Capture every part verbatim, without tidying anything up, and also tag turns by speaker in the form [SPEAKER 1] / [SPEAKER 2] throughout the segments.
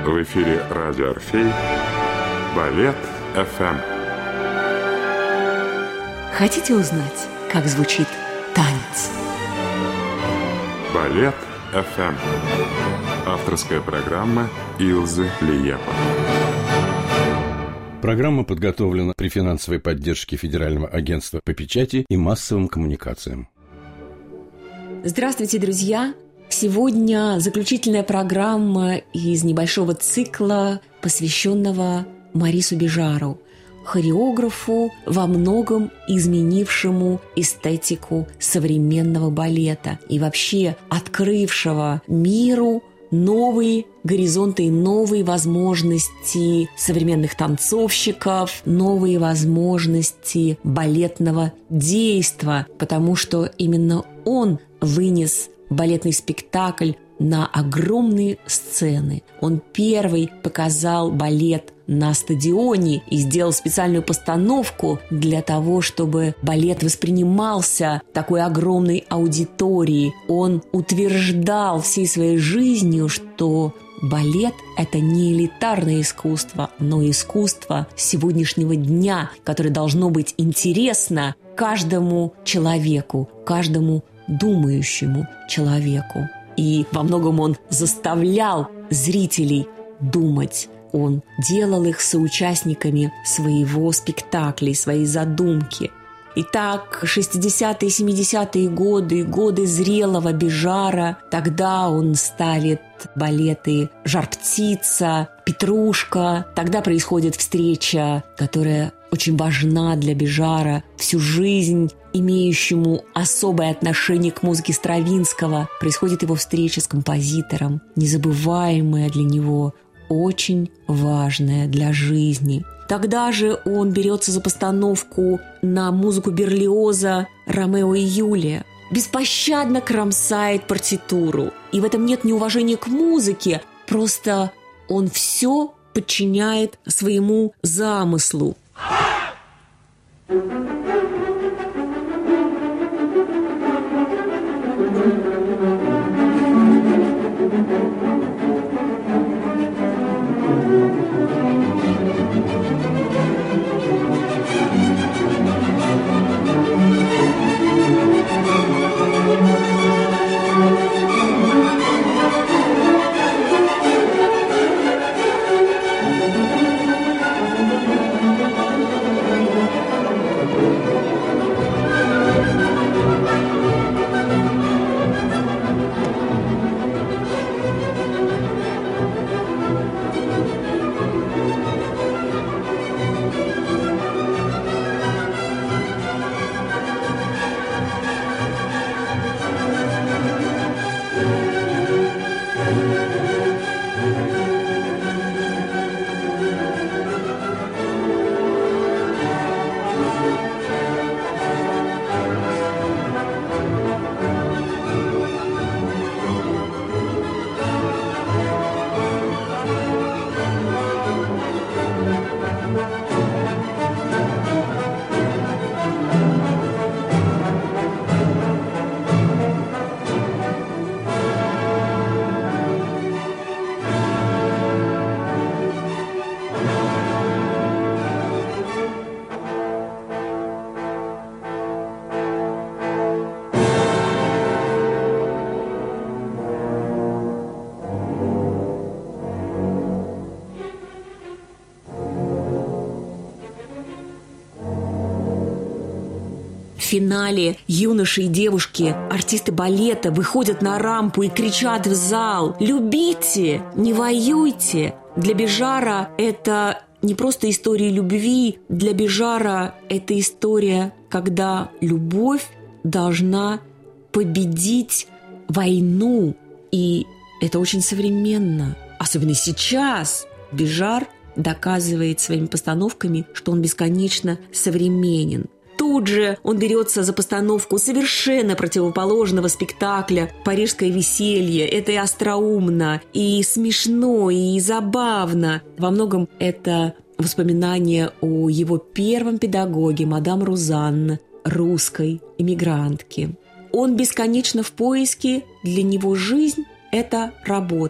[SPEAKER 1] В эфире радио «Орфей», Балет эф эм.
[SPEAKER 2] Хотите узнать, как звучит танец?
[SPEAKER 1] Балет эф эм. Авторская программа Илзы Лиепа.
[SPEAKER 3] Программа подготовлена при финансовой поддержке Федерального агентства по печати и массовым коммуникациям.
[SPEAKER 2] Здравствуйте, друзья! Сегодня заключительная программа из небольшого цикла, посвященного Морису Бежару, хореографу, во многом изменившему эстетику современного балета и вообще открывшего миру новые горизонты и новые возможности современных танцовщиков, новые возможности балетного действа, потому что именно он вынес балетный спектакль на огромные сцены. Он первый показал балет на стадионе и сделал специальную постановку для того, чтобы балет воспринимался такой огромной аудиторией. Он утверждал всей своей жизнью, что балет – это не элитарное искусство, но искусство сегодняшнего дня, которое должно быть интересно каждому человеку, каждому думающему человеку. И во многом он заставлял зрителей думать. Он делал их соучастниками своего спектакля, своей задумки. Итак, шестидесятые и семидесятые годы, годы зрелого Бежара, тогда он ставит балеты «Жар-птица», «Петрушка». Тогда происходит встреча, которая очень важна для Бежара, всю жизнь имеющему особое отношение к музыке Стравинского. Происходит его встреча с композитором, незабываемая для него, очень важная для жизни. Тогда же он берется за постановку на музыку Берлиоза «Ромео и Юлия». Беспощадно кромсает партитуру. И в этом нет неуважения к музыке, просто он все подчиняет своему замыслу. В финале юноши и девушки, артисты балета, выходят на рампу и кричат в зал: «Любите, не воюйте!» Для Бежара это не просто история любви, для Бежара это история, когда любовь должна победить войну. И это очень современно. Особенно сейчас Бежар доказывает своими постановками, что он бесконечно современен. Тут же он берется за постановку совершенно противоположного спектакля «Парижское веселье». Это и остроумно, и смешно, и забавно. Во многом это воспоминания о его первом педагоге, мадам Рузанн, русской эмигрантке. Он бесконечно в поиске, для него жизнь – это работа.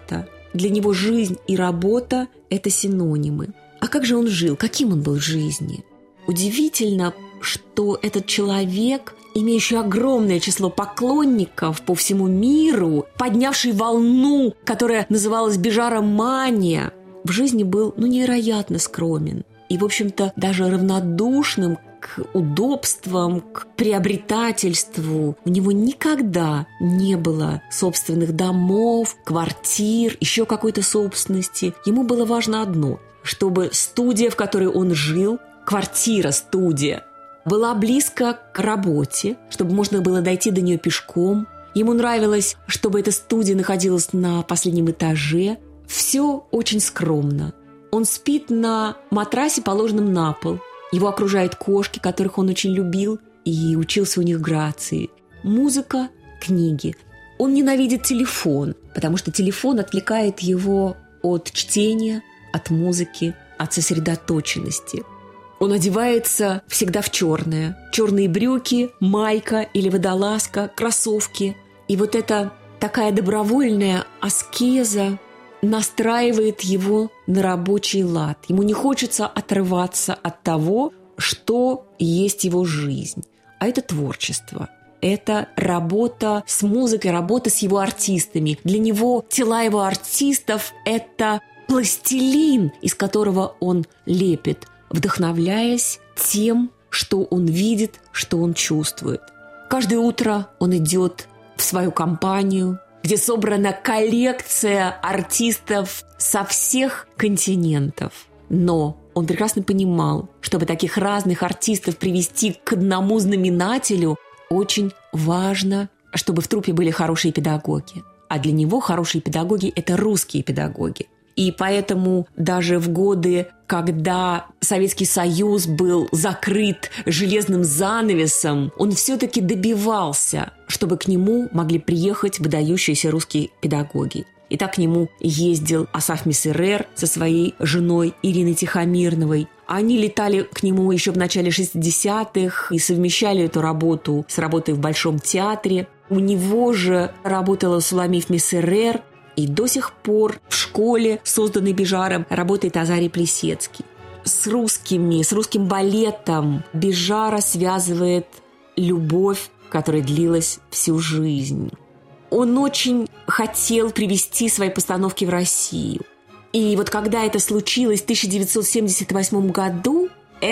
[SPEAKER 2] Для него жизнь и работа – это синонимы. А как же он жил? Каким он был в жизни? Удивительно, что этот человек, имеющий огромное число поклонников по всему миру, поднявший волну, которая называлась бижаромания, в жизни был, ну, невероятно скромен. И, в общем-то, даже равнодушным к удобствам, к приобретательству. У него никогда не было собственных домов, квартир, еще какой-то собственности. Ему было важно одно – чтобы студия, в которой он жил, квартира-студия, была близко к работе, чтобы можно было дойти до нее пешком. Ему нравилось, чтобы эта студия находилась на последнем этаже. Все очень скромно. Он спит на матрасе, положенном на пол. Его окружают кошки, которых он очень любил и учился у них грации. Музыка, книги. Он ненавидит телефон, потому что телефон отвлекает его от чтения, от музыки, от сосредоточенности. Он одевается всегда в черное. Черные брюки, майка или водолазка, кроссовки. И вот эта такая добровольная аскеза настраивает его на рабочий лад. Ему не хочется отрываться от того, что есть его жизнь. А это творчество. Это работа с музыкой, работа с его артистами. Для него тела его артистов – это пластилин, из которого он лепит, вдохновляясь тем, что он видит, что он чувствует. Каждое утро он идет в свою компанию, где собрана коллекция артистов со всех континентов. Но он прекрасно понимал, чтобы таких разных артистов привести к одному знаменателю, очень важно, чтобы в труппе были хорошие педагоги. А для него хорошие педагоги – это русские педагоги. И поэтому даже в годы, когда Советский Союз был закрыт железным занавесом, он все-таки добивался, чтобы к нему могли приехать выдающиеся русские педагоги. И так к нему ездил Асаф Миссерер со своей женой Ириной Тихомировой. Они летали к нему еще в начале шестидесятых и совмещали эту работу с работой в Большом театре. У него же работала Суламиф Миссерер. И до сих пор в школе, созданной Бижаром, работает Азарий Плисецкий. С русскими, с русским балетом Бижара связывает любовь, которая длилась всю жизнь. Он очень хотел привезти свои постановки в Россию. И вот когда это случилось в тысяча девятьсот семьдесят восьмом году,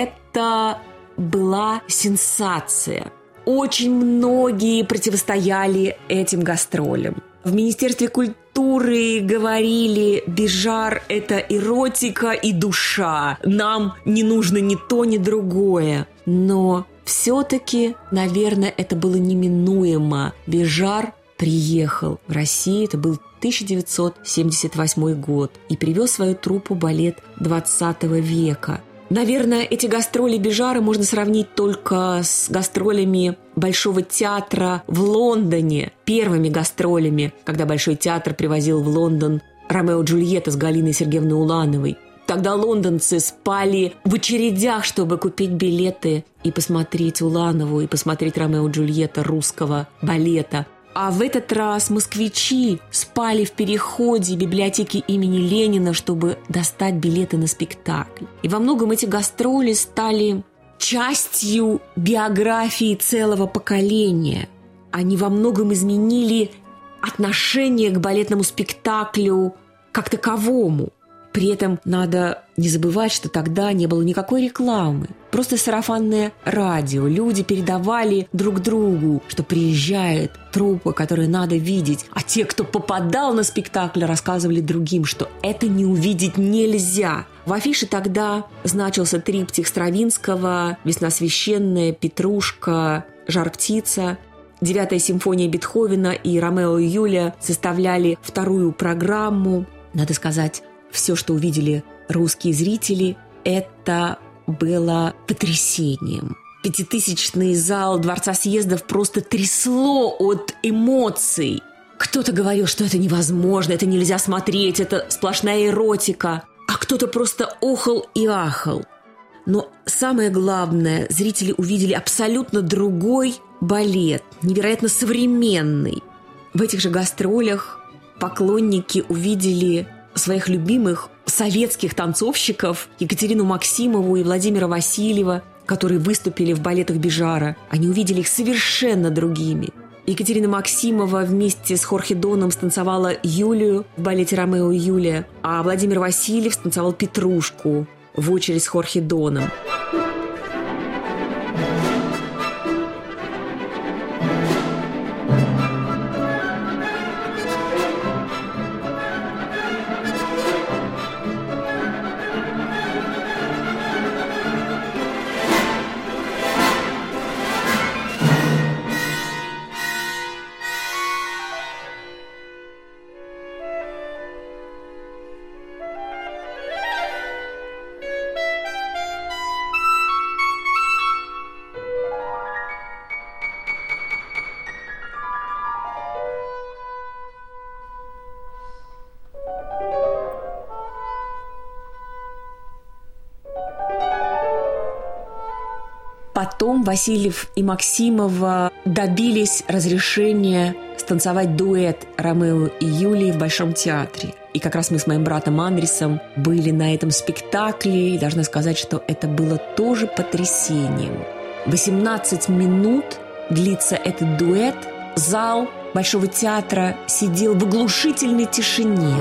[SPEAKER 2] это была сенсация. Очень многие противостояли этим гастролям. В Министерстве культуры говорили: Бижар – это эротика и душа. Нам не нужно ни то, ни другое. Но все-таки, наверное, это было неминуемо. Бижар приехал в Россию, это был тысяча девятьсот семьдесят восьмой год, и привез свою труппу балет двадцатого века. Наверное, эти гастроли Бижара можно сравнить только с гастролями Большого театра в Лондоне, первыми гастролями, когда Большой театр привозил в Лондон «Ромео и Джульетта» с Галиной Сергеевной Улановой. Тогда лондонцы спали в очередях, чтобы купить билеты и посмотреть Уланову, и посмотреть «Ромео и Джульетта» русского балета. А в этот раз москвичи спали в переходе библиотеки имени Ленина, чтобы достать билеты на спектакль. И во многом эти гастроли стали частью биографии целого поколения. Они во многом изменили отношение к балетному спектаклю как таковому. При этом надо не забывать, что тогда не было никакой рекламы. Просто сарафанное радио. Люди передавали друг другу, что приезжает труппа, которую надо видеть. А те, кто попадал на спектакль, рассказывали другим, что это не увидеть нельзя. В афише тогда значился триптих Стравинского, «Весна священная», «Петрушка», «Жар-птица». Девятая симфония Бетховена и «Ромео и Юлия» составляли вторую программу. Надо сказать, все, что увидели русские зрители, это было потрясением. Пятитысячный зал Дворца съездов просто трясло от эмоций. Кто-то говорил, что это невозможно, это нельзя смотреть, это сплошная эротика. А кто-то просто охал и ахал. Но самое главное, зрители увидели абсолютно другой балет, невероятно современный. В этих же гастролях поклонники увидели своих любимых советских танцовщиков Екатерину Максимову и Владимира Васильева, которые выступили в балетах Бижара. Они увидели их совершенно другими. Екатерина Максимова вместе с Хорхе Доном станцевала Юлию в балете «Ромео и Юлия», а Владимир Васильев станцевал Петрушку в очередь с Хорхе Доном. Потом Васильев и Максимова добились разрешения станцевать дуэт «Ромео и Юлии» в Большом театре. И как раз мы с моим братом Андресом были на этом спектакле, и должна сказать, что это было тоже потрясением. восемнадцать минут длится этот дуэт. Зал Большого театра сидел в оглушительной тишине.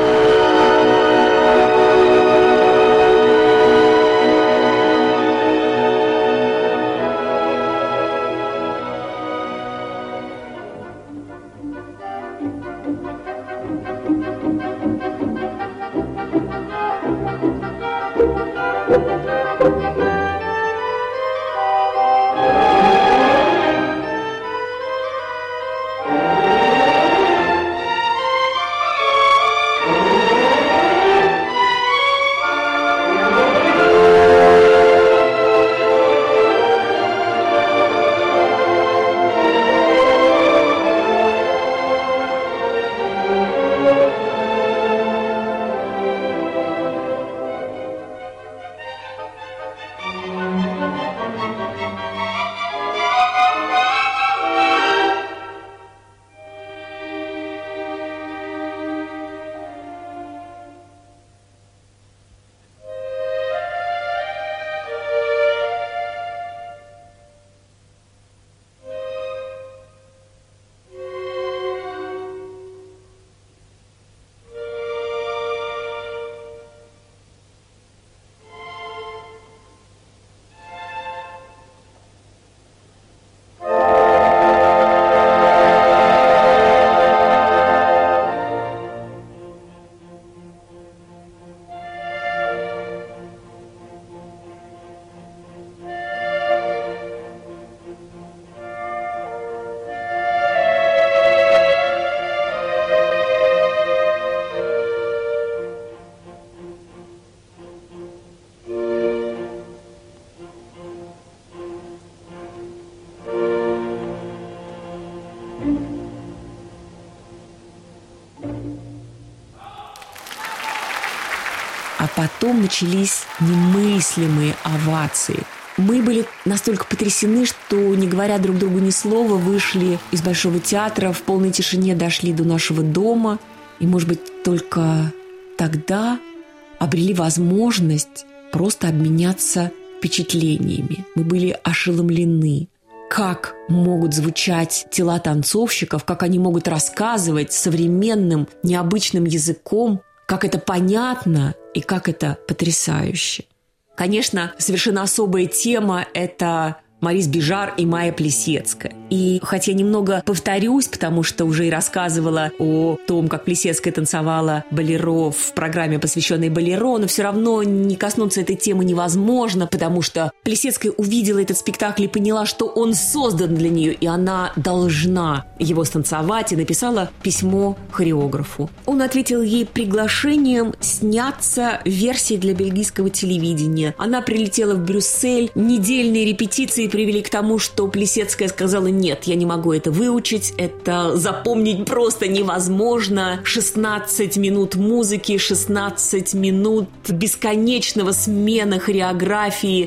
[SPEAKER 2] А потом начались немыслимые овации. Мы были настолько потрясены, что, не говоря друг другу ни слова, вышли из Большого театра, в полной тишине дошли до нашего дома. И, может быть, только тогда обрели возможность просто обменяться впечатлениями. Мы были ошеломлены. Как могут звучать тела танцовщиков, как они могут рассказывать современным, необычным языком, как это понятно и как это потрясающе. Конечно, совершенно особая тема – это Марис Бижар и Майя Плисецкая. И хотя немного повторюсь, потому что уже и рассказывала о том, как Плисецкая танцевала болеро в программе, посвященной болеро, но все равно не коснуться этой темы невозможно, потому что Плисецкая увидела этот спектакль и поняла, что он создан для нее, и она должна его станцевать, и написала письмо хореографу. Он ответил ей приглашением сняться в версии для бельгийского телевидения. Она прилетела в Брюссель, недельные репетиции привели к тому, что Плисецкая сказала: нет, я не могу это выучить, это запомнить просто невозможно. шестнадцать минут музыки, шестнадцать минут бесконечного смена хореографии вне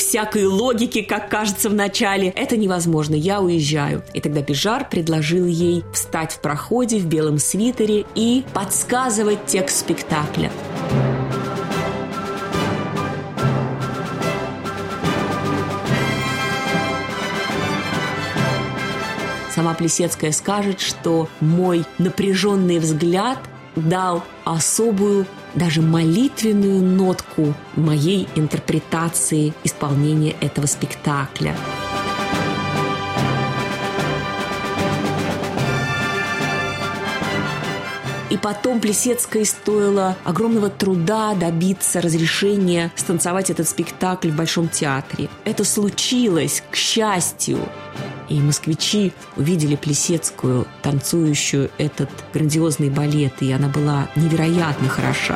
[SPEAKER 2] всякой логики, как кажется в начале. Это невозможно, я уезжаю. И тогда Бежар предложил ей встать в проходе в белом свитере и подсказывать текст спектакля. Сама Плисецкая скажет, что мой напряженный взгляд дал особую, даже молитвенную нотку моей интерпретации исполнения этого спектакля. И потом Плисецкой стоило огромного труда добиться разрешения станцевать этот спектакль в Большом театре. Это случилось, к счастью. И москвичи увидели Плисецкую, танцующую этот грандиозный балет, и она была невероятно хороша.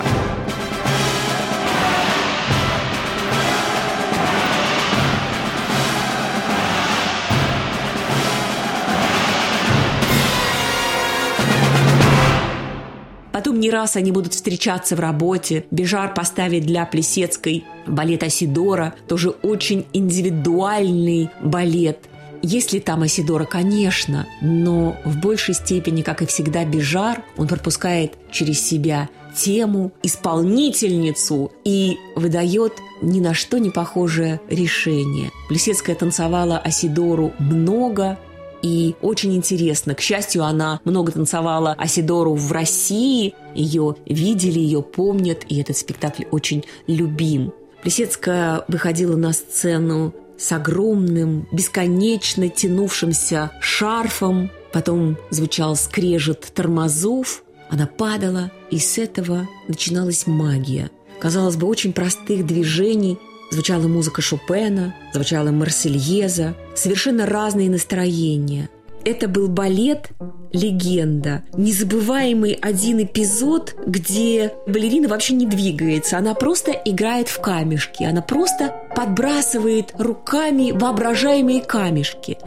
[SPEAKER 2] Потом не раз они будут встречаться в работе. Бежар поставит для Плисецкой балет «Асидора», тоже очень индивидуальный балет. Есть ли там Асидора? Конечно, но в большей степени, как и всегда, Бежар, он пропускает через себя тему, исполнительницу и выдает ни на что не похожее решение. Плисецкая танцевала Асидору много и очень интересно. К счастью, она много танцевала Асидору в России. Ее видели, ее помнят, и этот спектакль очень любим. Плисецкая выходила на сцену с огромным, бесконечно тянувшимся шарфом. Потом звучал скрежет тормозов. Она падала, и с этого начиналась магия. Казалось бы, очень простых движений. Звучала музыка Шопена, звучала Марсельеза. Совершенно разные настроения. Это был балет «Легенда». Незабываемый один эпизод, где балерина вообще не двигается. Она просто играет в камешки. Она просто подбрасывает руками воображаемые камешки.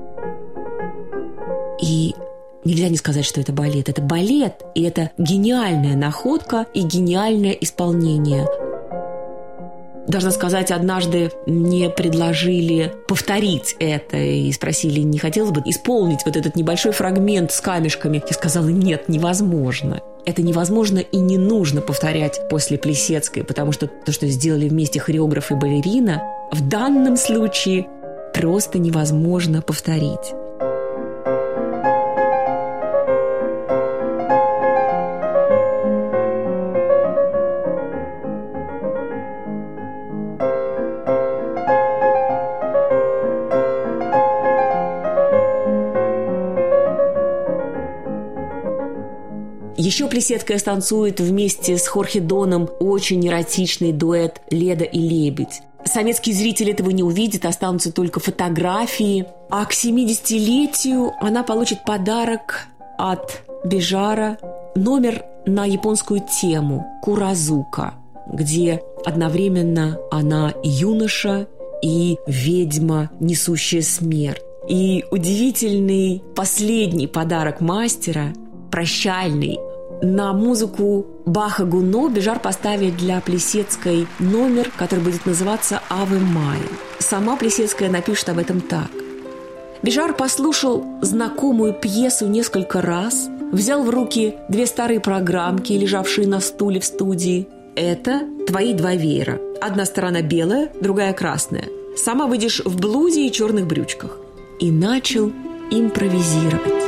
[SPEAKER 2] И нельзя не сказать, что это балет. Это балет, и это гениальная находка и гениальное исполнение. Должна сказать, однажды мне предложили повторить это и спросили, не хотелось бы исполнить вот этот небольшой фрагмент с камешками. Я сказала, нет, невозможно. Это невозможно и не нужно повторять после Плисецкой, потому что то, что сделали вместе хореограф и балерина, в данном случае просто невозможно повторить. Еще Плисецкая станцует вместе с Хорхе Доном очень эротичный дуэт «Леда и лебедь». Советский зритель этого не увидит, останутся только фотографии. А к семидесятилетию она получит подарок от Бежара, номер на японскую тему «Куразука», где одновременно она юноша и ведьма, несущая смерть. И удивительный последний подарок мастера, прощальный, на музыку Баха Гуно Бежар поставит для Плисецкой номер, который будет называться «Аве Майя». Сама Плисецкая напишет об этом так. Бежар послушал знакомую пьесу несколько раз, взял в руки две старые программки, лежавшие на стуле в студии. Это твои два веера. Одна сторона белая, другая красная. Сама выйдешь в блузе и черных брючках. И начал импровизировать.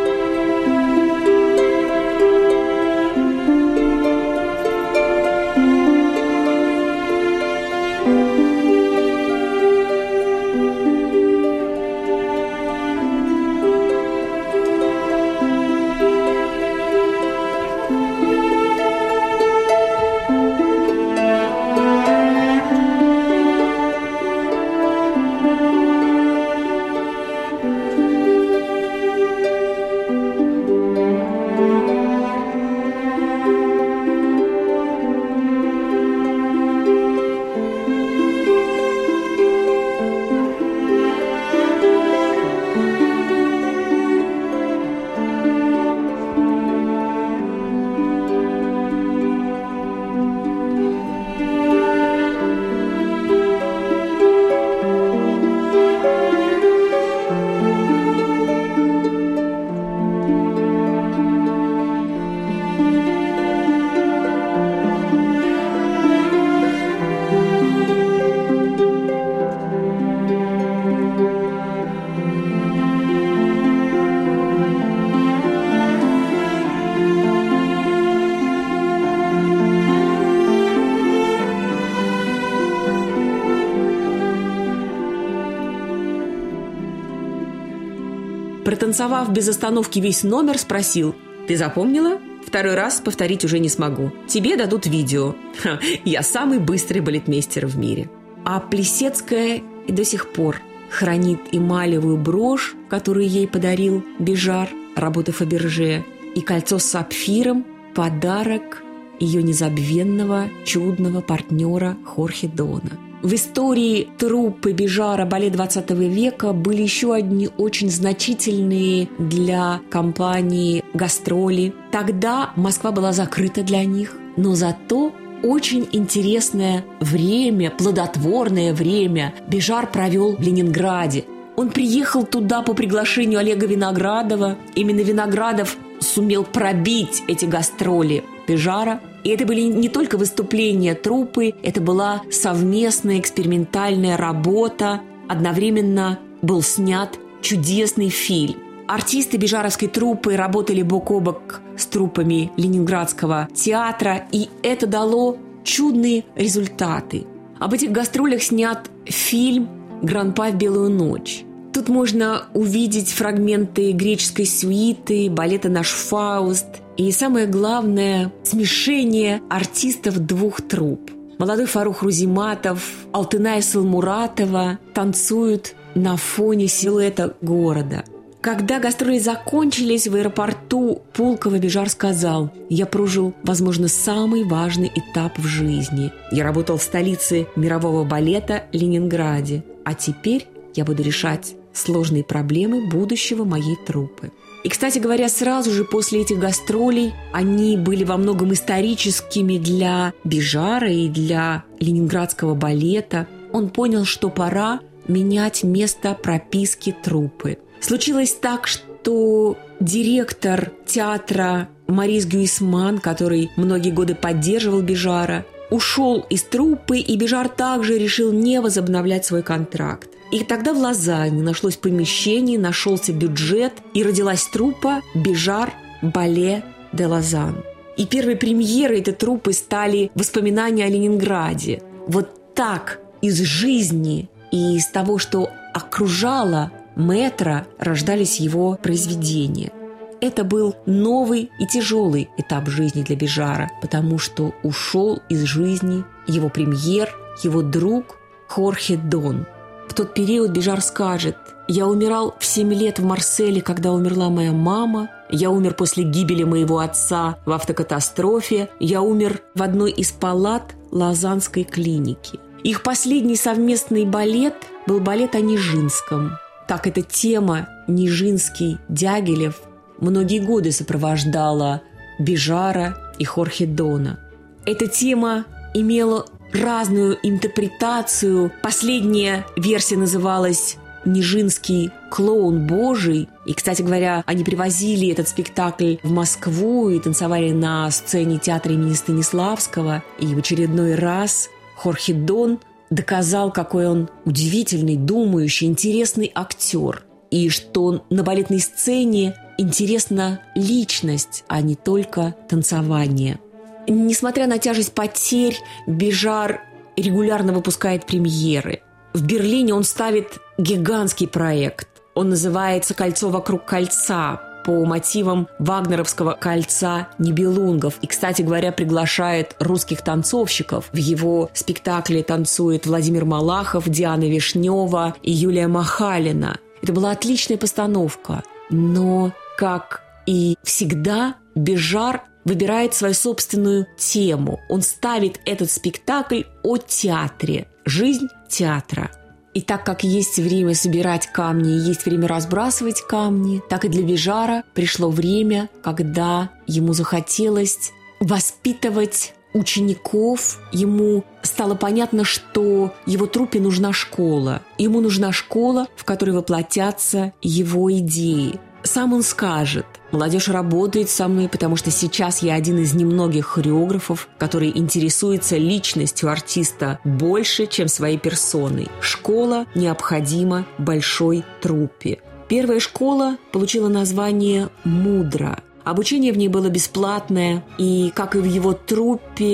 [SPEAKER 2] Протанцевав без остановки весь номер, спросил: «Ты запомнила? Второй раз повторить уже не смогу. Тебе дадут видео. Ха, я самый быстрый балетмейстер в мире». А Плисецкая и до сих пор хранит эмалевую брошь, которую ей подарил Бежар, работы Фаберже, и кольцо с сапфиром – подарок ее незабвенного, чудного партнера Хорхе Дона. В истории труппы Бежара балет двадцатого века были еще одни очень значительные для компании гастроли. Тогда Москва была закрыта для них, но зато очень интересное время, плодотворное время Бежар провел в Ленинграде. Он приехал туда по приглашению Олега Виноградова. Именно Виноградов сумел пробить эти гастроли Бежара. И это были не только выступления труппы, это была совместная экспериментальная работа. Одновременно был снят чудесный фильм. Артисты бежаровской труппы работали бок о бок с труппами Ленинградского театра, и это дало чудные результаты. Об этих гастролях снят фильм «Гранпа в белую ночь». Тут можно увидеть фрагменты греческой сюиты, балета «Наш Фауст» и, самое главное, смешение артистов двух трупп. Молодой Фарух Рузиматов, Алтынай Салмуратова танцуют на фоне силуэта города. Когда гастроли закончились, в аэропорту Пулково Бежар сказал: «Я прожил, возможно, самый важный этап в жизни. Я работал в столице мирового балета Ленинграде, а теперь я буду решать сложные проблемы будущего моей труппы». И, кстати говоря, сразу же после этих гастролей они были во многом историческими для Бежара и для ленинградского балета. Он понял, что пора менять место прописки труппы. Случилось так, что директор театра Морис Гюисман, который многие годы поддерживал Бежара, ушел из труппы, и Бежар также решил не возобновлять свой контракт. И тогда в Лозанне нашлось помещение, нашелся бюджет, и родилась труппа «Бежар Бале де Лозан». И первой премьерой этой труппы стали воспоминания о Ленинграде. Вот так из жизни и из того, что окружало Мэтра, рождались его произведения. Это был новый и тяжелый этап жизни для Бежара, потому что ушел из жизни его премьер, его друг Хорхе Дон. В тот период Бежар скажет: «Я умирал в семь лет в Марселе, когда умерла моя мама. Я умер после гибели моего отца в автокатастрофе. Я умер в одной из палат Лозаннской клиники». Их последний совместный балет был балет о Нижинском. Так эта тема Нижинский-Дягилев многие годы сопровождала Бежара и Хорхе Дона. Эта тема имела разную интерпретацию. Последняя версия называлась «Нижинский клоун Божий». И, кстати говоря, они привозили этот спектакль в Москву и танцевали на сцене театра имени Станиславского. И в очередной раз Хорхе Дон доказал, какой он удивительный, думающий, интересный актер. И что на балетной сцене интересна личность, а не только танцевание. Несмотря на тяжесть потерь, Бежар регулярно выпускает премьеры. В Берлине он ставит гигантский проект. Он называется «Кольцо вокруг кольца», по мотивам вагнеровского «Кольца Нибелунгов». И, кстати говоря, приглашает русских танцовщиков. В его спектакле танцует Владимир Малахов, Диана Вишнева и Юлия Махалина. Это была отличная постановка. Но, как и всегда, Бежар выбирает свою собственную тему. Он ставит этот спектакль о театре, жизнь театра. И так как есть время собирать камни и есть время разбрасывать камни, так и для Бежара пришло время, когда ему захотелось воспитывать учеников. Ему стало понятно, что его труппе нужна школа. Ему нужна школа, в которой воплотятся его идеи. Сам он скажет: «Молодежь работает со мной, потому что сейчас я один из немногих хореографов, который интересуется личностью артиста больше, чем своей персоной. Школа необходима большой труппе». Первая школа получила название «Мудра». Обучение в ней было бесплатное, и, как и в его труппе,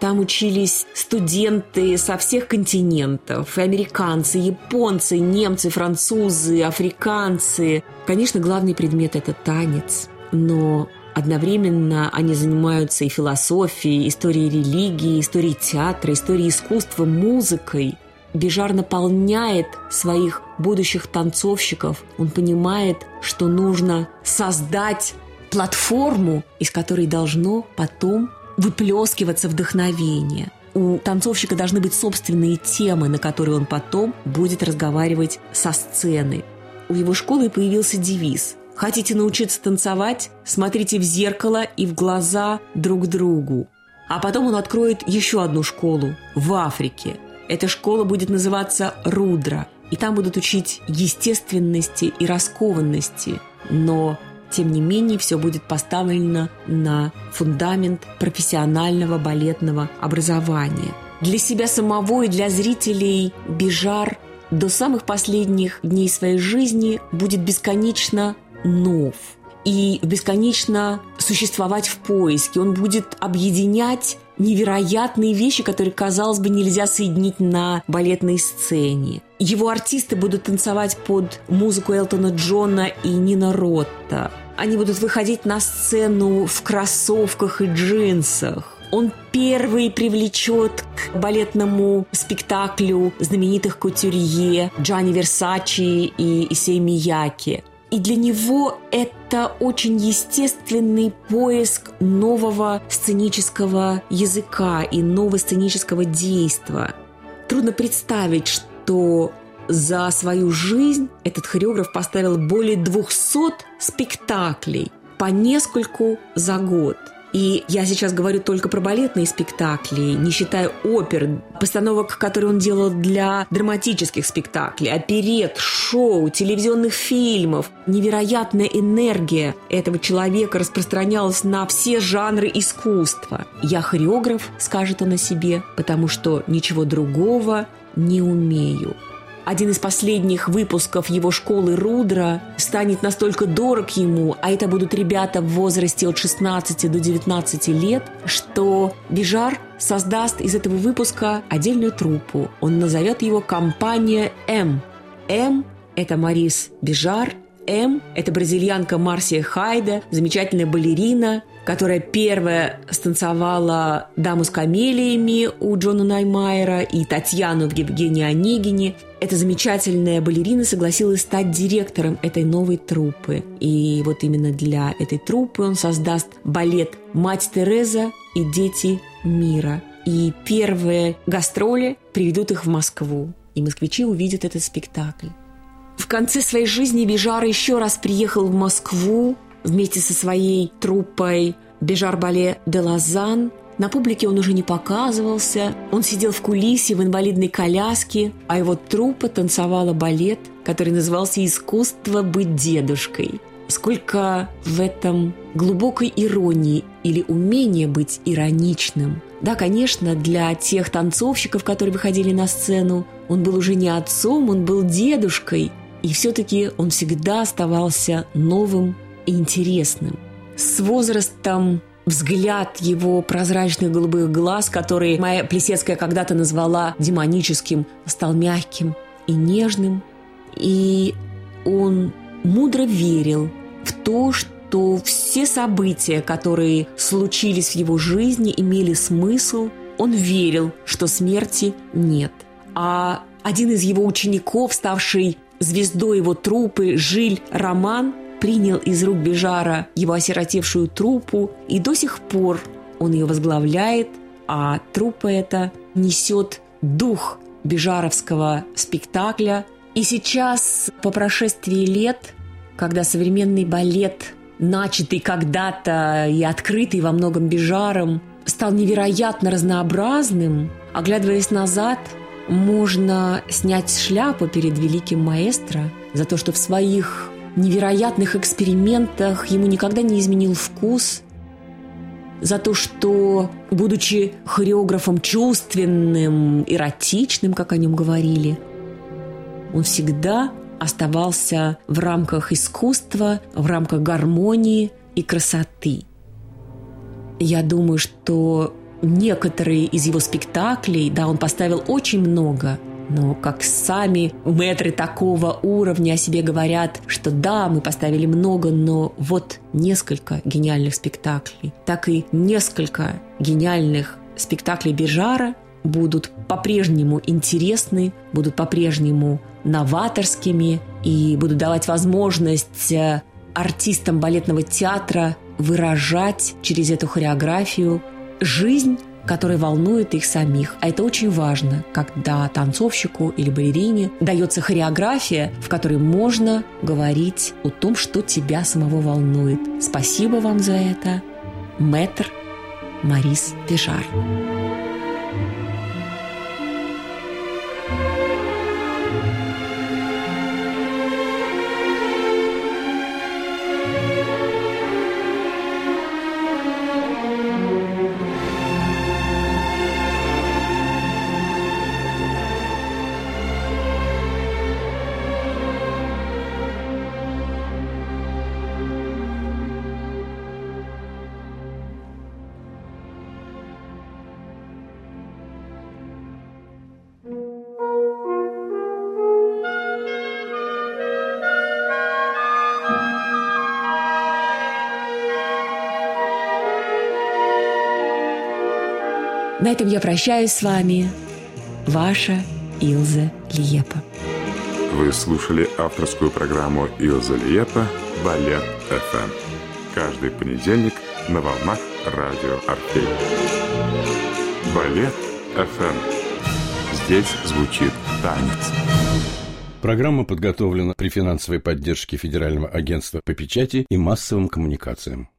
[SPEAKER 2] Там учились студенты со всех континентов. И американцы, японцы, немцы, французы, африканцы. Конечно, главный предмет – это танец. Но одновременно они занимаются и философией, историей религии, историей театра, историей искусства, музыкой. Бижар наполняет своих будущих танцовщиков. Он понимает, что нужно создать платформу, из которой должно потом выплескиваться вдохновение. У танцовщика должны быть собственные темы, на которые он потом будет разговаривать со сцены. У его школы появился девиз: «Хотите научиться танцевать? Смотрите в зеркало и в глаза друг другу». А потом он откроет еще одну школу в Африке. Эта школа будет называться «Рудра». И там будут учить естественности и раскованности. Но, тем не менее, все будет поставлено на фундамент профессионального балетного образования. Для себя самого и для зрителей Бижар до самых последних дней своей жизни будет бесконечно нов и бесконечно существовать в поиске. Он будет объединять невероятные вещи, которые, казалось бы, нельзя соединить на балетной сцене. Его артисты будут танцевать под музыку Элтона Джона и Нино Ротта. Они будут выходить на сцену в кроссовках и джинсах. Он первый привлечет к балетному спектаклю знаменитых кутюрье Джанни Версачи и Исей Мияки. И для него это очень естественный поиск нового сценического языка и нового сценического действа. Трудно представить, что за свою жизнь этот хореограф поставил более двухсот спектаклей, по нескольку за год. И я сейчас говорю только про балетные спектакли, не считая опер, постановок, которые он делал для драматических спектаклей, оперет, шоу, телевизионных фильмов. Невероятная энергия этого человека распространялась на все жанры искусства. «Я хореограф», — скажет он о себе, «потому что ничего другого не умею». Один из последних выпусков его школы «Рудра» станет настолько дорог ему, а это будут ребята в возрасте от шестнадцати до девятнадцати лет, что Бижар создаст из этого выпуска отдельную труппу. Он назовет его «Компания М». М – это Марис Бижар, М – это бразильянка Марсия Хайда, замечательная балерина, которая первая станцевала «Даму с камелиями» у Джона Наймайера и Татьяну в «Евгении Онегине». Эта замечательная балерина согласилась стать директором этой новой труппы. И вот именно для этой труппы он создаст балет «Мать Тереза и дети мира». И первые гастроли приведут их в Москву. И москвичи увидят этот спектакль. В конце своей жизни Бижар еще раз приехал в Москву вместе со своей труппой «Бижар Бале де Лозан». На публике он уже не показывался. Он сидел в кулисе в инвалидной коляске, а его труппа танцевала балет, который назывался «Искусство быть дедушкой». Сколько в этом глубокой иронии или умения быть ироничным. Да, конечно, для тех танцовщиков, которые выходили на сцену, он был уже не отцом, он был дедушкой. И все-таки он всегда оставался новым и интересным. С возрастом взгляд его прозрачных голубых глаз, которые моя Плесецкая когда-то назвала демоническим, стал мягким и нежным. И он мудро верил в то, что все события, которые случились в его жизни, имели смысл. Он верил, что смерти нет. А один из его учеников, ставший звездой его труппы, Жиль Роман, принял из рук Бижара его осиротевшую труппу, и до сих пор он ее возглавляет, а труппа эта несет дух бижаровского спектакля. И сейчас, по прошествии лет, когда современный балет, начатый когда-то и открытый во многом Бижаром, стал невероятно разнообразным, оглядываясь назад, можно снять шляпу перед великим маэстро за то, что в своих невероятных экспериментах ему никогда не изменил вкус, за то, что, будучи хореографом чувственным, эротичным, как о нем говорили, он всегда оставался в рамках искусства, в рамках гармонии и красоты. Я думаю, что некоторые из его спектаклей, да, он поставил очень много, но как сами мэтры такого уровня о себе говорят, что да, мы поставили много, но вот несколько гениальных спектаклей, так и несколько гениальных спектаклей Бежара будут по-прежнему интересны, будут по-прежнему новаторскими и будут давать возможность артистам балетного театра выражать через эту хореографию жизнь, которая волнует их самих. А это очень важно, когда танцовщику или балерине дается хореография, в которой можно говорить о том, что тебя самого волнует. Спасибо вам за это, мэтр Марис Бежар. На этом я прощаюсь с вами. Ваша Илза Лиепа.
[SPEAKER 1] Вы слушали авторскую программу Илза Лиепа «Балет эф эм». Каждый понедельник на волнах радио Орфей. Балет эф эм. Здесь звучит танец.
[SPEAKER 3] Программа подготовлена при финансовой поддержке Федерального агентства по печати и массовым коммуникациям.